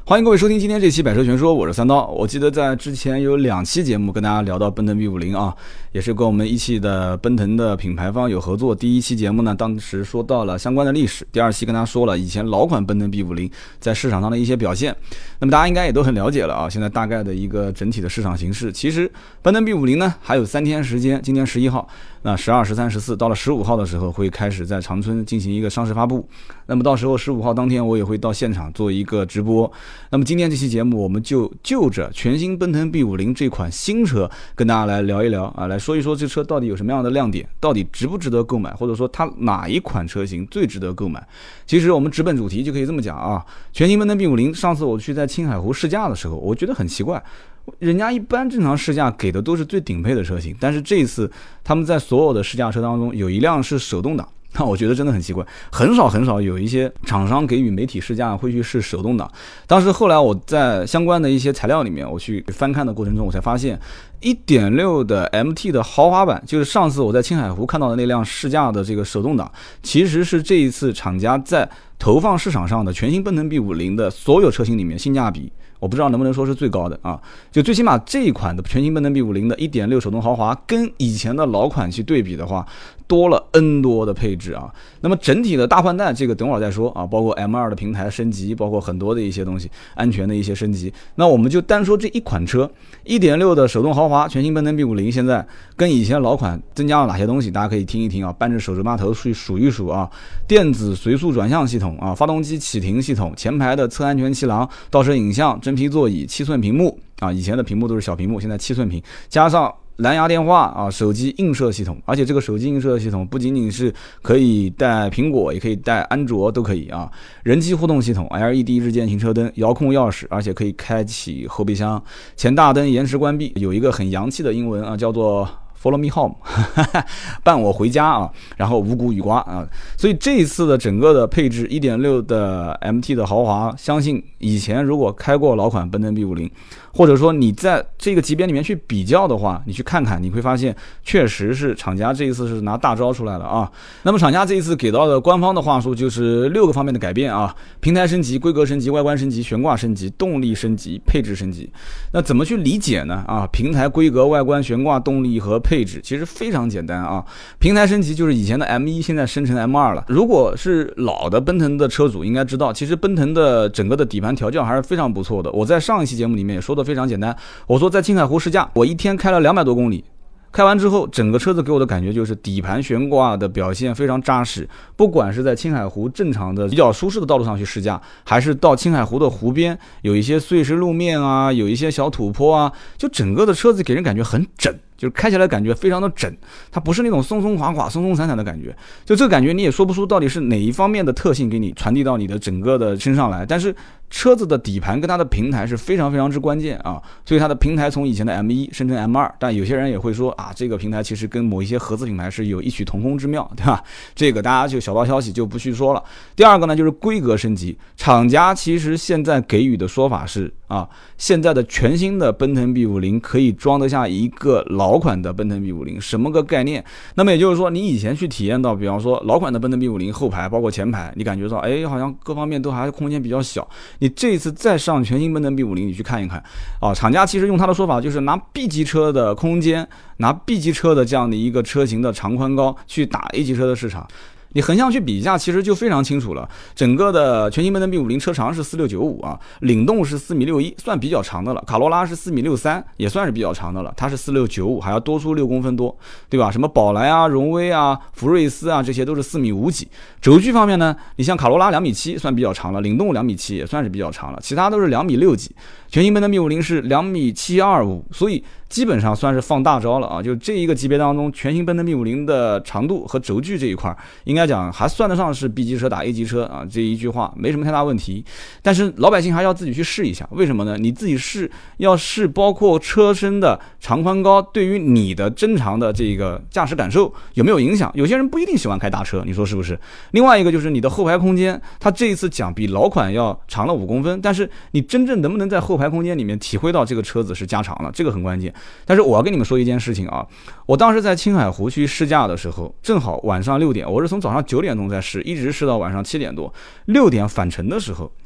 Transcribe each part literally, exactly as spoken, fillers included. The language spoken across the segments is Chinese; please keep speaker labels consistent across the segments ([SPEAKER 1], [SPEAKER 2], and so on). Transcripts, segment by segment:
[SPEAKER 1] 欢迎各位收听今天这期百车全说，我是三刀。我记得在之前有两期节目跟大家聊到奔腾 B 五十 啊，也是跟我们一汽的奔腾的品牌方有合作。第一期节目呢，当时说到了相关的历史；第二期跟大家说了以前老款奔腾 B 五十 在市场上的一些表现。那么大家应该也都很了解了啊，现在大概的一个整体的市场形势。其实奔腾 B 五十 呢还有三天时间，今天十一号，那十二、十三、十四，到了十五号的时候会开始在长春进行一个上市发布。那么到时候十五号当天我也会到现场做一个直播。那么今天这期节目我们就就着全新奔腾 B 五十 这款新车跟大家来聊一聊啊，来说一说这车到底有什么样的亮点，到底值不值得购买，或者说它哪一款车型最值得购买。其实我们直奔主题就可以这么讲啊，全新奔腾 B 五十， 上次我去在青海湖试驾的时候，我觉得很奇怪，人家一般正常试驾给的都是最顶配的车型，但是这一次他们在所有的试驾车当中有一辆是手动挡。那我觉得真的很奇怪，很少很少有一些厂商给予媒体试驾会去试手动挡。当时后来我在相关的一些材料里面我去翻看的过程中，我才发现 一点六 的 M T 的豪华版，就是上次我在青海湖看到的那辆试驾的这个手动挡，其实是这一次厂家在投放市场上的全新奔腾 B 五十 的所有车型里面性价比，我不知道能不能说是最高的啊，就最起码这一款的全新奔腾 B 五十 的 一点六 手动豪华跟以前的老款去对比的话，多了 N 多的配置啊。那么整体的大换代这个等会儿再说啊，包括 M 二 的平台升级，包括很多的一些东西，安全的一些升级。那我们就单说这一款车 一点六 的手动豪华全新奔腾 B 五十 现在跟以前老款增加了哪些东西，大家可以听一听啊，扳着手指码头去数一数啊。电子随速转向系统啊，发动机启停系统，前排的侧安全气囊，倒车影像，真皮座椅，七寸屏幕啊，以前的屏幕都是小屏幕，现在七寸屏，加上蓝牙电话啊，手机映射系统，而且这个手机映射系统不仅仅是可以带苹果，也可以带安卓，都可以啊。人机互动系统 ，L E D 日间行车灯，遥控钥匙，而且可以开启后备箱，前大灯延时关闭，有一个很洋气的英文啊，叫做Follow me home 伴我回家啊，然后五谷雨刮啊，所以这一次的整个的配置 一点六 的 M T 的豪华，相信以前如果开过老款奔腾 B 五十， 或者说你在这个级别里面去比较的话，你去看看，你会发现确实是厂家这一次是拿大招出来了啊。那么厂家这一次给到的官方的话术就是六个方面的改变啊，平台升级，规格升级，外观升级，悬挂升级，动力升级，配置升级。那怎么去理解呢？啊，平台、规格、外观、悬挂、动力和配置其实非常简单啊。平台升级就是以前的 M 一 现在升成 M 二 了。如果是老的奔腾的车主应该知道，其实奔腾的整个的底盘调教还是非常不错的。我在上一期节目里面也说的非常简单，我说在青海湖试驾，我一天开了两百多公里，开完之后整个车子给我的感觉就是底盘悬挂的表现非常扎实，不管是在青海湖正常的比较舒适的道路上去试驾，还是到青海湖的湖边有一些碎石路面啊，有一些小土坡啊，就整个的车子给人感觉很整，就是开起来感觉非常的整，它不是那种松松垮垮松松散散的感觉，就这个感觉你也说不出到底是哪一方面的特性给你传递到你的整个的身上来，但是车子的底盘跟它的平台是非常非常之关键啊，所以它的平台从以前的 M 一 升成 M 二， 但有些人也会说啊，这个平台其实跟某一些合资品牌是有异曲同工之妙，对吧？这个大家就小道消息就不去说了。第二个呢，就是规格升级，厂家其实现在给予的说法是啊，现在的全新的奔腾 B 五十 可以装得下一个老款的奔腾 B 五十， 什么个概念？那么也就是说，你以前去体验到，比方说老款的奔腾 B 五十 后排包括前排，你感觉到哎，好像各方面都还空间比较小。你这一次再上全新奔腾 B 五十， 你去看一看啊，厂家其实用他的说法就是拿 B 级车的空间，拿 B 级车的这样的一个车型的长宽高去打 A 级车的市场。你横向去比一下，其实就非常清楚了。整个的全新奔腾 B 五十 车长是四六九五啊，领动是四米六一，算比较长的了。卡罗拉是四米六三，也算是比较长的了。它是四六九五，还要多出六公分多，对吧？什么宝来啊、荣威啊、福睿斯啊，这些都是四米五几。轴距方面呢，你像卡罗拉两米七，算比较长了；领动两米七，也算是比较长了。其他都是两米六几。全新奔腾 B 五十 是两米七二五，所以基本上算是放大招了啊！就这一个级别当中，全新奔腾 B 五十 的长度和轴距这一块，应该讲还算得上是 B 级车打 A 级车啊，这一句话没什么太大问题。但是老百姓还要自己去试一下，为什么呢？你自己试要试，包括车身的长宽高对于你的正常的这个驾驶感受有没有影响？有些人不一定喜欢开大车，你说是不是？另外一个就是你的后排空间，它这一次讲比老款要长了五公分，但是你真正能不能在后排空间里面体会到这个车子是加长了，这个很关键。但是我要跟你们说一件事情啊，我当时在青海湖去试驾的时候，正好晚上六点，我是从早上九点钟在试，一直试到晚上七点多，六点返程的时候，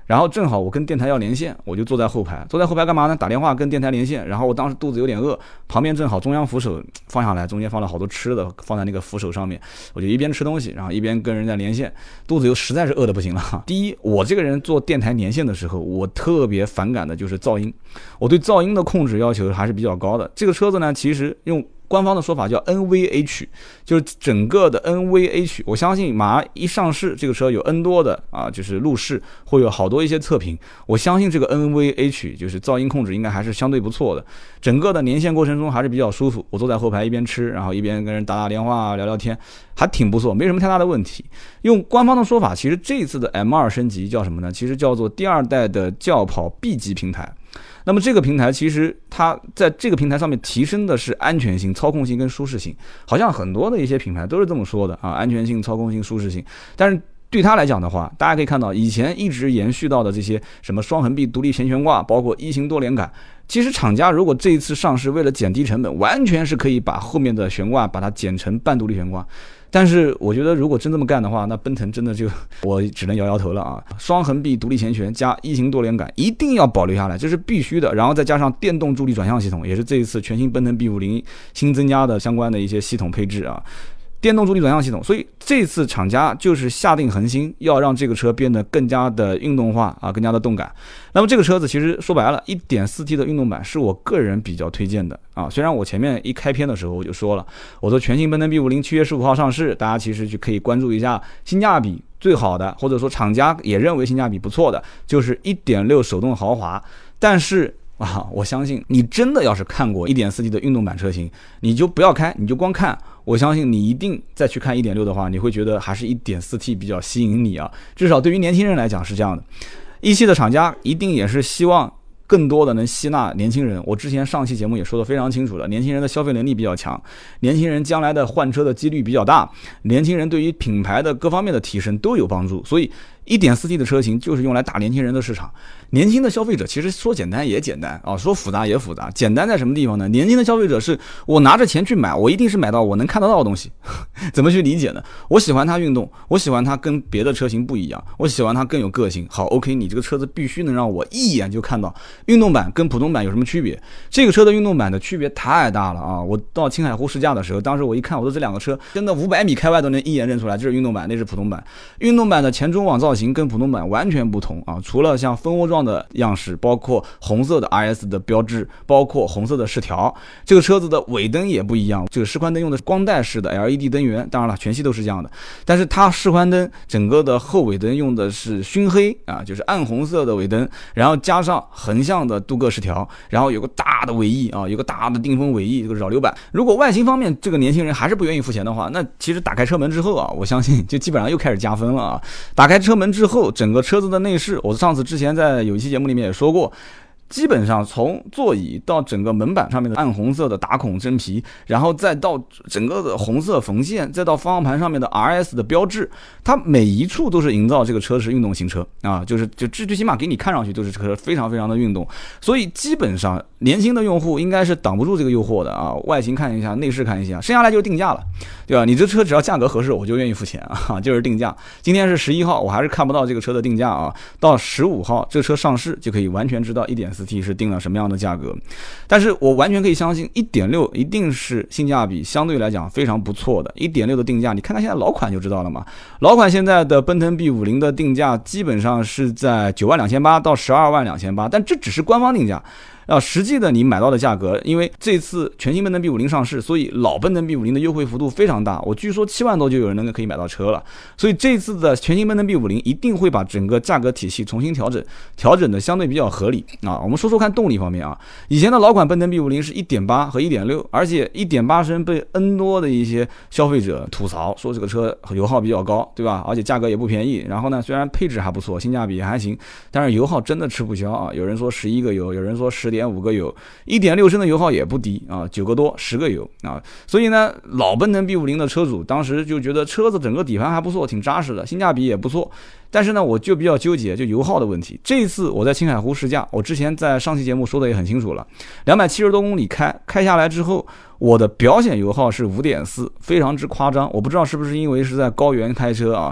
[SPEAKER 1] 然后正好我跟电台要连线，我就坐在后排，坐在后排干嘛呢？打电话跟电台连线。然后我当时肚子有点饿，旁边正好中央扶手放下来，中间放了好多吃的，放在那个扶手上面，我就一边吃东西，然后一边跟人家连线，肚子又实在是饿得不行了。第一，我这个人做电台连线的时候，我特别反感的就是噪音，我对噪音的控制要求还是比较高的。这个车子呢，其实用官方的说法叫 N V H， 就是整个的 N V H， 我相信马上一上市，这个车有 N 多的啊，就是路试会有好多一些测评，我相信这个 N V H 就是噪音控制应该还是相对不错的，整个的连线过程中还是比较舒服。我坐在后排一边吃，然后一边跟人打打电话聊聊天，还挺不错，没什么太大的问题。用官方的说法，其实这一次的 M 二 升级叫什么呢？其实叫做第二代的轿跑 B 级平台。那么这个平台其实它在这个平台上面提升的是安全性、操控性跟舒适性，好像很多的一些品牌都是这么说的啊，安全性、操控性、舒适性。但是对它来讲的话，大家可以看到以前一直延续到的这些什么双横臂独立前悬挂，包括一型多连杆，其实厂家如果这一次上市，为了减低成本，完全是可以把后面的悬挂把它剪成半独立悬挂。但是我觉得如果真这么干的话，那奔腾真的就我只能摇摇头了啊！双横臂独立前悬加一型多连杆一定要保留下来，这是必须的。然后再加上电动助力转向系统，也是这一次全新奔腾 B 五十 新增加的相关的一些系统配置啊。电动助力转向系统，所以这次厂家就是下定恒心要让这个车变得更加的运动化啊，更加的动感。那么这个车子其实说白了 一点四 T 的运动版是我个人比较推荐的啊。虽然我前面一开篇的时候我就说了，我说全新奔腾 B 五十 七月十五号上市，大家其实就可以关注一下性价比最好的，或者说厂家也认为性价比不错的，就是 一点六 手动豪华。但是啊，我相信你真的要是看过 一点四 T 的运动版车型，你就不要开，你就光看，我相信你一定再去看 一点六 的话，你会觉得还是 一点四 T 比较吸引你啊，至少对于年轻人来讲是这样的。一汽的厂家一定也是希望更多的能吸纳年轻人，我之前上期节目也说得非常清楚了，年轻人的消费能力比较强，年轻人将来的换车的几率比较大，年轻人对于品牌的各方面的提升都有帮助，所以 一点四 T 的车型就是用来打年轻人的市场。年轻的消费者其实说简单也简单啊，说复杂也复杂。简单在什么地方呢？年轻的消费者是我拿着钱去买，我一定是买到我能看得到的东西。怎么去理解呢？我喜欢它运动，我喜欢它跟别的车型不一样，我喜欢它更有个性。好 ，OK， 你这个车子必须能让我一眼就看到运动版跟普通版有什么区别。这个车的运动版的区别太大了啊！我到青海湖试驾的时候，当时我一看，我说这两个车真的五百米开外都能一眼认出来，这是运动版，那是普通版。运动版的前中网造型跟普通版完全不同啊！除了像蜂窝状的样式，包括红色的 R S 的标志，包括红色的饰条，这个车子的尾灯也不一样。这个示宽灯用的是光带式的 L E D 灯源，当然了，全系都是这样的。但是它示宽灯整个的后尾灯用的是熏黑啊，就是暗红色的尾灯，然后加上横向的镀铬饰条，然后有个大的尾翼啊，有个大的定风尾翼，这个扰流板。如果外形方面这个年轻人还是不愿意付钱的话，那其实打开车门之后啊，我相信就基本上又开始加分了啊！打开车门之后，整个车子的内饰，我上次之前在有一期节目里面也说过，基本上从座椅到整个门板上面的暗红色的打孔真皮，然后再到整个的红色缝线，再到方向盘上面的 R S 的标志，它每一处都是营造这个车是运动型车啊，就是就最最起码给你看上去都是车非常非常的运动，所以基本上年轻的用户应该是挡不住这个诱惑的啊。外形看一下，内饰看一下，剩下来就是定价了，对吧？你这车只要价格合适，我就愿意付钱啊，就是定价。今天是十一号，我还是看不到这个车的定价啊，到十五号这个车上市就可以完全知道 一点四 T 是定了什么样的价格。但是我完全可以相信 一点六 一定是性价比相对来讲非常不错的。 一点六 的定价你看看现在老款就知道了嘛，老款现在的奔腾 B 五十 的定价基本上是在九万两千八到十二万两千八，但这只是官方定价啊，实际的你买到的价格，因为这次全新奔腾 B 五十 上市，所以老奔腾 B 五十 的优惠幅度非常大，我据说七万多就有人能可以买到车了，所以这次的全新奔腾 B 五十 一定会把整个价格体系重新调整，调整的相对比较合理啊。我们说说看动力方面啊，以前的老款奔腾 B 五十 是 一点八 和 一点六， 而且 一点八 升被 N 多的一些消费者吐槽说这个车油耗比较高，对吧？而且价格也不便宜，然后呢虽然配置还不错，性价比也还行，但是油耗真的吃不消啊。有人说十一个油，有人说十点五个油， 一点六 升的油耗也不低啊，九个多十个油啊，所以呢老奔腾 B 五十 的车主当时就觉得车子整个底盘还不错，挺扎实的，性价比也不错。但是呢我就比较纠结就油耗的问题。这一次我在青海湖试驾，我之前在上期节目说的也很清楚了，两百七十多公里开开下来之后，我的表显油耗是 五点四， 非常之夸张。我不知道是不是因为是在高原开车啊，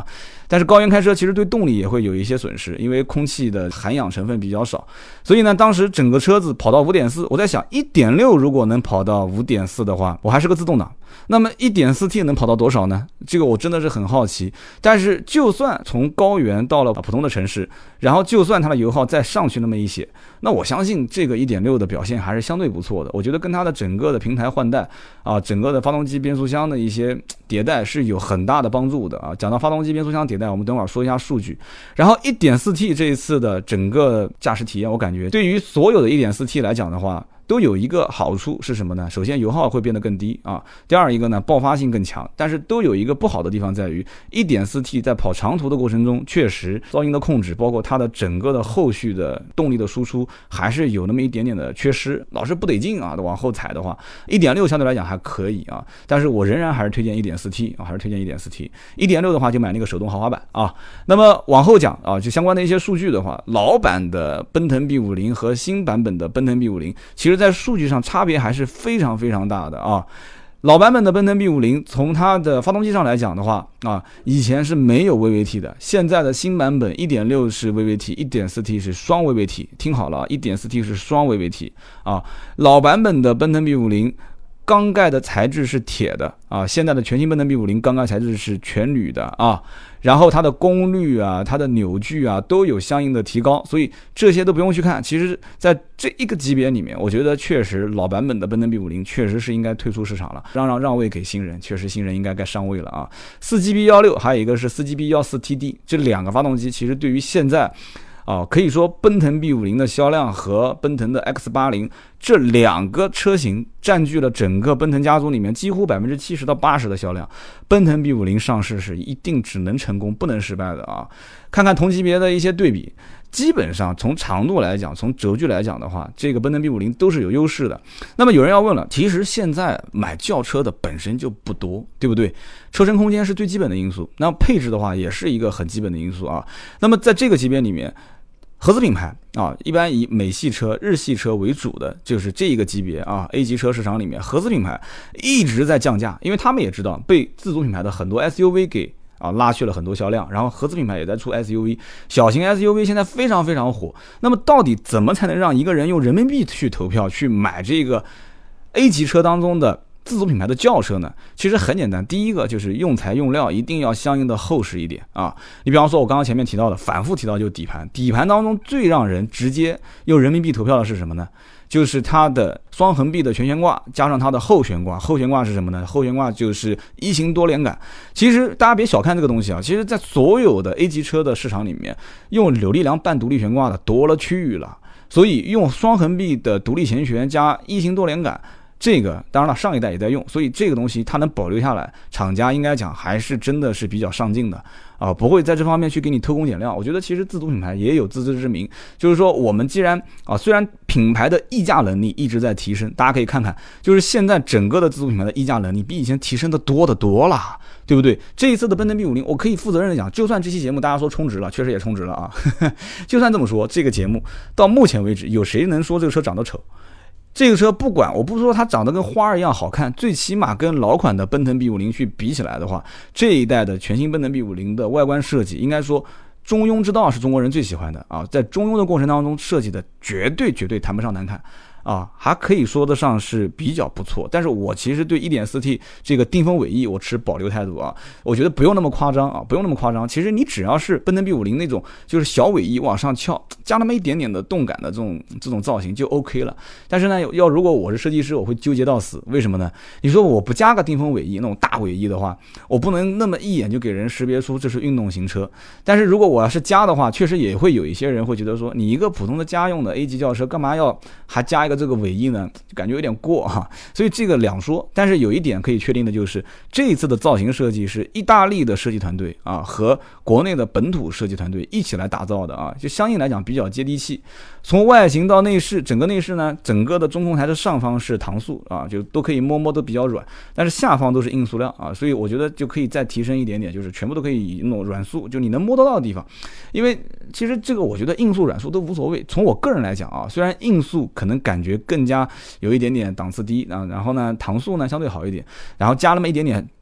[SPEAKER 1] 但是高原开车其实对动力也会有一些损失，因为空气的含氧成分比较少。所以呢，当时整个车子跑到 五点四， 我在想 一点六 如果能跑到 五点四 的话，我还是个自动挡，那么 一点四 T 能跑到多少呢？这个我真的是很好奇。但是就算从高原到了普通的城市，然后就算它的油耗再上去那么一些，那我相信这个 一点六 的表现还是相对不错的。我觉得跟它的整个的平台换代啊，整个的发动机变速箱的一些迭代是有很大的帮助的啊。讲到发动机变速箱迭代，我们等会儿说一下数据。然后 一点四 T 这一次的整个驾驶体验，我感觉对于所有的 一点四 T 来讲的话，都有一个好处是什么呢？首先油耗会变得更低啊，第二一个呢爆发性更强，但是都有一个不好的地方在于 一点四 T 在跑长途的过程中，确实噪音的控制，包括它的整个的后续的动力的输出还是有那么一点点的缺失，老是不得劲啊，往后踩的话 一点六 相对来讲还可以啊，但是我仍然还是推荐 一点四 T 啊，还是推荐 一点四 T。 一点六 的话就买那个手动豪华版啊。那么往后讲啊，就相关的一些数据的话，老版的奔腾 B 五十 和新版本的奔腾 B 五十 其实在数据上差别还是非常非常大的啊。老版本的奔腾 B 五十 从它的发动机上来讲的话啊，以前是没有 V V T 的，现在的新版本 一点六 是 V V T， 一点四 T 是双 V V T， 听好了 一点四 T 是双 V V T 啊。老版本的奔腾 B 五十缸盖的材质是铁的啊，现在的全新奔腾 B 五十 缸盖材质是全铝的啊，然后它的功率啊，它的扭矩啊都有相应的提高，所以这些都不用去看。其实在这一个级别里面，我觉得确实老版本的奔腾 B 五十 确实是应该退出市场了，让让让位给新人，确实新人应该该上位了啊。 四 G B 十六 还有一个是 四 G B 十四 T D， 这两个发动机其实对于现在啊，可以说奔腾 B 五十 的销量和奔腾的 X 八十 这两个车型占据了整个奔腾家族里面几乎 百分之七十 到百分之八十 的销量。奔腾 B 五十 上市是一定只能成功不能失败的啊！看看同级别的一些对比，基本上从长度来讲，从轴距来讲的话，这个奔腾 B 五十 都是有优势的。那么有人要问了，其实现在买轿车的本身就不多，对不对？车身空间是最基本的因素，那配置的话也是一个很基本的因素啊。那么在这个级别里面，合资品牌啊，一般以美系车、日系车为主的，就是这一个级别啊 A 级车市场里面，合资品牌一直在降价，因为他们也知道被自主品牌的很多 S U V 给啊拉去了很多销量，然后合资品牌也在出 S U V， 小型 S U V 现在非常非常火。那么到底怎么才能让一个人用人民币去投票去买这个 A 级车当中的自主品牌的轿车呢？其实很简单，第一个就是用材用料一定要相应的厚实一点啊。你比方说我刚刚前面提到的，反复提到就是底盘，底盘当中最让人直接用人民币投票的是什么呢？就是它的双横臂的全悬挂加上它的后悬挂。后悬挂是什么呢？后悬挂就是一型多连杆。其实大家别小看这个东西啊，其实在所有的 A 级车的市场里面，用扭力梁半独立悬挂的多了去了，所以用双横臂的独立前悬加一型多连杆，这个当然了上一代也在用，所以这个东西它能保留下来，厂家应该讲还是真的是比较上进的啊，不会在这方面去给你偷工减料。我觉得其实自主品牌也有自知之明，就是说我们既然啊，虽然品牌的溢价能力一直在提升，大家可以看看，就是现在整个的自主品牌的溢价能力比以前提升的多得多了，对不对？这一次的奔腾 B 五十，我可以负责任的讲，就算这期节目大家说充值了，确实也充值了啊，就算这么说，这个节目到目前为止，有谁能说这个车长得丑？这个车不管，我不是说它长得跟花儿一样好看，最起码跟老款的奔腾 B 五十 去比起来的话，这一代的全新奔腾 B 五十 的外观设计，应该说中庸之道是中国人最喜欢的啊，在中庸的过程当中设计的绝对绝对谈不上难看啊，还可以说得上是比较不错。但是我其实对 一点四 T 这个顶风尾翼我持保留态度啊，我觉得不用那么夸张啊，不用那么夸张。其实你只要是奔腾 B 五十 那种就是小尾翼往上翘，加那么一点点的动感的这种这种造型就 OK 了。但是呢，要如果我是设计师，我会纠结到死。为什么呢？你说我不加个顶风尾翼那种大尾翼的话，我不能那么一眼就给人识别出这是运动型车。但是如果我要是加的话，确实也会有一些人会觉得说，你一个普通的家用的 A 级轿车，干嘛要还加一个这个尾翼呢？感觉有点过哈。所以这个两说。但是有一点可以确定的就是，这一次的造型设计是意大利的设计团队啊和国内的本土设计团队一起来打造的啊，就相应来讲比较接地气。从外形到内饰，整个内饰呢，整个的中控台的上方是搪塑啊，就都可以摸摸都比较软，但是下方都是硬塑料啊，所以我觉得就可以再提升一点点，就是全部都可以以那种软塑，就你能摸得到的地方。因为其实这个我觉得硬塑软塑都无所谓，从我个人来讲啊，虽然硬塑可能感觉更加有一点点档次低啊，然后呢搪塑呢相对好一点，然后加那么一点点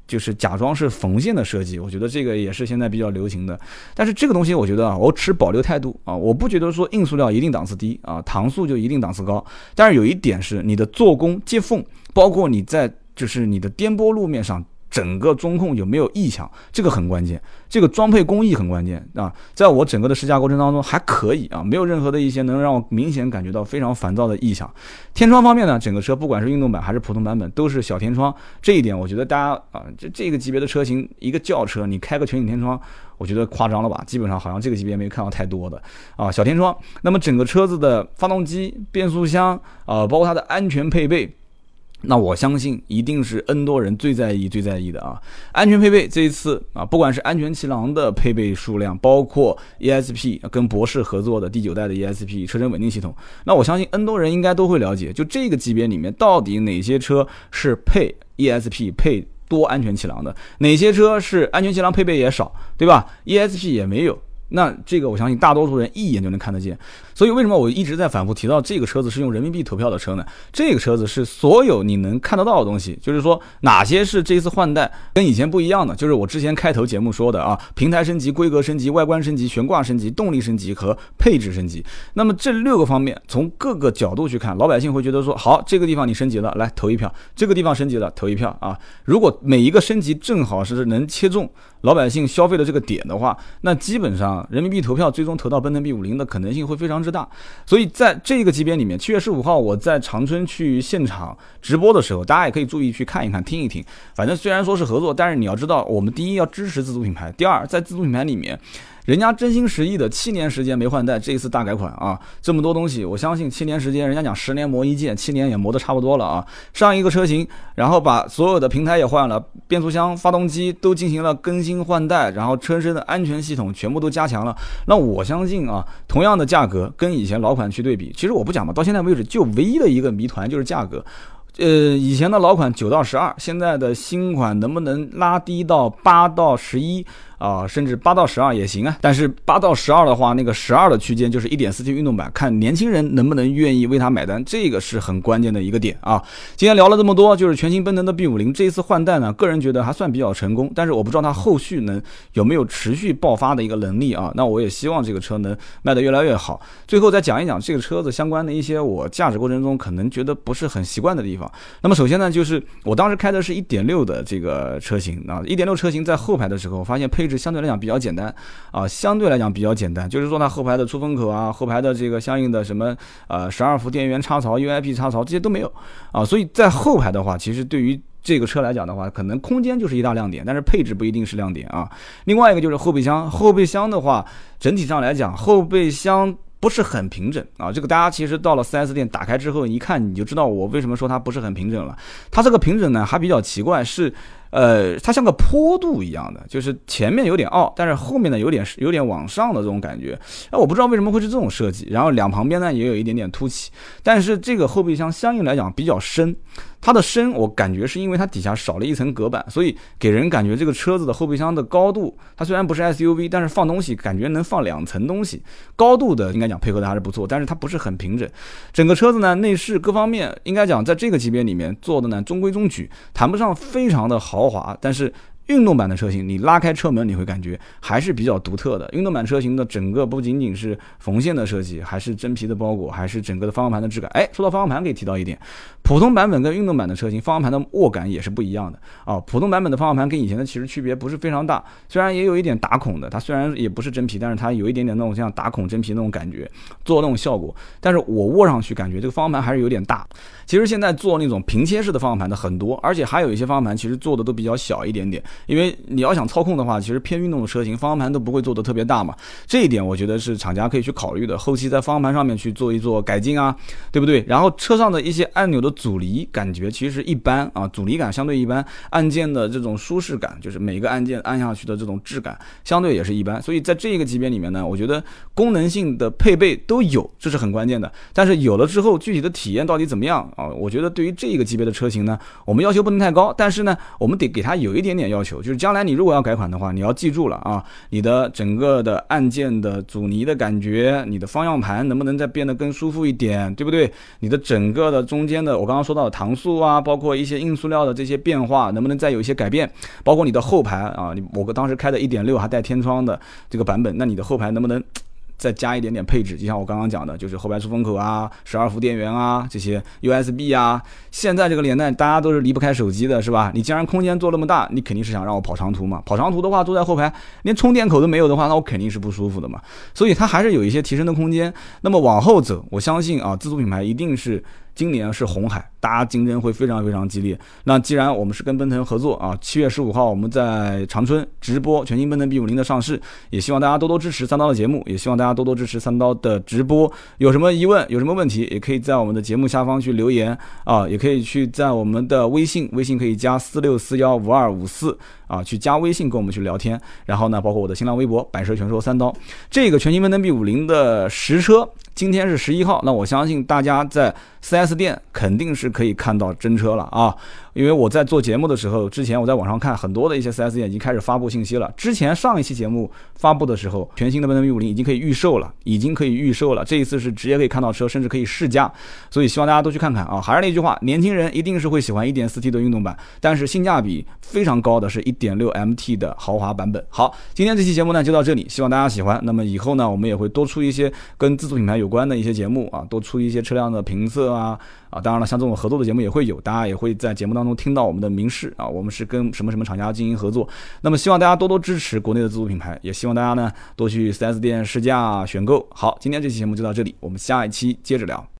[SPEAKER 1] 就是假装是缝线的设计，我觉得这个也是现在比较流行的。但是这个东西我觉得啊，我持保留态度啊，我不觉得说硬塑料一定档次低啊，搪塑就一定档次高。但是有一点是你的做工接缝，包括你在就是你的颠簸路面上整个中控有没有异响，这个很关键，这个装配工艺很关键啊。在我整个的试驾过程当中还可以啊，没有任何的一些能让我明显感觉到非常烦躁的异响。天窗方面呢，整个车不管是运动版还是普通版本都是小天窗，这一点我觉得大家啊，这这个级别的车型，一个轿车你开个全景天窗，我觉得夸张了吧？基本上好像这个级别没看到太多的啊小天窗。那么整个车子的发动机、变速箱啊，包括它的安全配备，那我相信一定是 N 多人最在意最在意的啊！安全配备这一次啊，不管是安全气囊的配备数量，包括 E S P 跟博世合作的第九代的 E S P 车身稳定系统，那我相信 N 多人应该都会了解，就这个级别里面到底哪些车是配 E S P 配多安全气囊的，哪些车是安全气囊配备也少，对吧 ？E S P 也没有。那这个我相信大多数人一眼就能看得见，所以为什么我一直在反复提到这个车子是用人民币投票的车呢？这个车子是所有你能看得到的东西，就是说哪些是这次换代跟以前不一样的，就是我之前开头节目说的啊，平台升级、规格升级、外观升级、悬挂升级、动力升级和配置升级。那么这六个方面从各个角度去看，老百姓会觉得说，好，这个地方你升级了，来投一票；这个地方升级了，投一票啊。如果每一个升级正好是能切中老百姓消费的这个点的话，那基本上人民币投票最终投到奔腾 B 五十 的可能性会非常之大。所以在这个级别里面，七月十五号我在长春去现场直播的时候，大家也可以注意去看一看听一听。反正虽然说是合作，但是你要知道，我们第一要支持自主品牌，第二在自主品牌里面人家真心实意的七年时间没换代，这一次大改款啊，这么多东西，我相信七年时间，人家讲十年磨一剑，七年也磨得差不多了啊。上一个车型，然后把所有的平台也换了，变速箱、发动机都进行了更新换代，然后车身的安全系统全部都加强了。那我相信啊，同样的价格跟以前老款去对比，其实我不讲嘛，到现在为止就唯一的一个谜团就是价格。呃，以前的老款九到十二，现在的新款能不能拉低到八到十一？啊，甚至八到十二也行啊，但是八到十二的话，那个十二的区间就是 一点四 T 运动版，看年轻人能不能愿意为它买单，这个是很关键的一个点啊。今天聊了这么多，就是全新奔腾的 B 五十 这一次换代呢，个人觉得还算比较成功，但是我不知道它后续能有没有持续爆发的一个能力啊。那我也希望这个车能卖得越来越好。最后再讲一讲这个车子相关的一些我驾驶过程中可能觉得不是很习惯的地方。那么首先呢，就是我当时开的是 一点六 的这个车型啊 ，一点六 车型在后排的时候，我发现配置相对来讲比较简单啊，相对来讲比较简单，就是说它后排的出风口啊，后排的这个相应的什么呃十二伏电源插槽、U I P 插槽这些都没有啊，所以在后排的话，其实对于这个车来讲的话，可能空间就是一大亮点，但是配置不一定是亮点啊。另外一个就是后备箱，后备箱的话，整体上来讲，后备箱不是很平整啊，这个大家其实到了 四 S 店打开之后一看，你就知道我为什么说它不是很平整了。它这个平整呢还比较奇怪，是呃，它像个坡度一样的，就是前面有点凹，但是后面呢有点有点往上的这种感觉。哎，我不知道为什么会是这种设计。然后两旁边呢也有一点点凸起，但是这个后备箱相应来讲比较深。它的深我感觉是因为它底下少了一层隔板，所以给人感觉这个车子的后备箱的高度，它虽然不是 S U V， 但是放东西感觉能放两层东西，高度的应该讲配合的还是不错，但是它不是很平整。整个车子呢内饰各方面应该讲在这个级别里面做的呢中规中矩，谈不上非常的豪华，但是运动版的车型，你拉开车门，你会感觉还是比较独特的。运动版车型的整个不仅仅是缝线的设计，还是真皮的包裹，还是整个的方向盘的质感。哎，说到方向盘，可以提到一点，普通版本跟运动版的车型方向盘的握感也是不一样的啊。普通版本的方向盘跟以前的其实区别不是非常大，虽然也有一点打孔的，它虽然也不是真皮，但是它有一点点那种像打孔真皮那种感觉，做那种效果。但是我握上去感觉这个方向盘还是有点大。其实现在做那种平切式的方向盘的很多，而且还有一些方向盘其实做的都比较小一点点。因为你要想操控的话，其实偏运动的车型方向盘都不会做的特别大嘛，这一点我觉得是厂家可以去考虑的，后期在方向盘上面去做一做改进啊，对不对？然后车上的一些按钮的阻尼感觉其实一般啊，阻尼感相对一般，按键的这种舒适感，就是每个按键按下去的这种质感相对也是一般，所以在这个级别里面呢，我觉得功能性的配备都有，这是很关键的。但是有了之后具体的体验到底怎么样啊？我觉得对于这个级别的车型呢，我们要求不能太高，但是呢我们得给它有一点点要求。 求，就是将来你如果要改款的话，你要记住了啊，你的整个的按键的阻尼的感觉，你的方向盘能不能再变得更舒服一点，对不对？你的整个的中间的我刚刚说到的搪塑啊，包括一些硬塑料的这些变化，能不能再有一些改变？包括你的后排啊，你我当时开的 一点六 还带天窗的这个版本，那你的后排能不能再加一点点配置？就像我刚刚讲的，就是后排出风口啊，十二伏电源啊，这些 U S B 啊。现在这个年代，大家都是离不开手机的，是吧？你既然空间做那么大，你肯定是想让我跑长途嘛。跑长途的话，坐在后排连充电口都没有的话，那我肯定是不舒服的嘛。所以它还是有一些提升的空间。那么往后走，我相信啊，自主品牌一定是今年是红海，大家竞争会非常非常激烈。那既然我们是跟奔腾合作啊，七月十五号我们在长春直播全新奔腾 B 五十 的上市，也希望大家多多支持三刀的节目，也希望大家多多支持三刀的直播。有什么疑问，有什么问题，也可以在我们的节目下方去留言啊，也可以去在我们的微信，微信可以加四六四一五二五四啊，去加微信跟我们去聊天。然后呢，包括我的新浪微博百车全说三刀，这个全新奔腾 B 五十 的实车。今天是十一号，那我相信大家在 四 S 店肯定是可以看到真车了啊！因为我在做节目的时候，之前我在网上看很多的一些 四 S 店已经开始发布信息了。之前上一期节目发布的时候，全新的奔腾 B 五十 已经可以预售了，已经可以预售了。这一次是直接可以看到车，甚至可以试驾，所以希望大家都去看看啊！还是那句话，年轻人一定是会喜欢 一点四 T 的运动版，但是性价比非常高的是 一点六 M T 的豪华版本。好，今天这期节目呢就到这里，希望大家喜欢。那么以后呢，我们也会多出一些跟自主品牌有关的一些节目啊，多出一些车辆的评测啊啊，当然了，像这种合作的节目也会有，大家也会在节目当中听到我们的明示啊，我们是跟什么什么厂家进行合作。那么希望大家多多支持国内的自主品牌，也希望大家呢多去 四 S 店试驾选购。好，今天这期节目就到这里，我们下一期接着聊。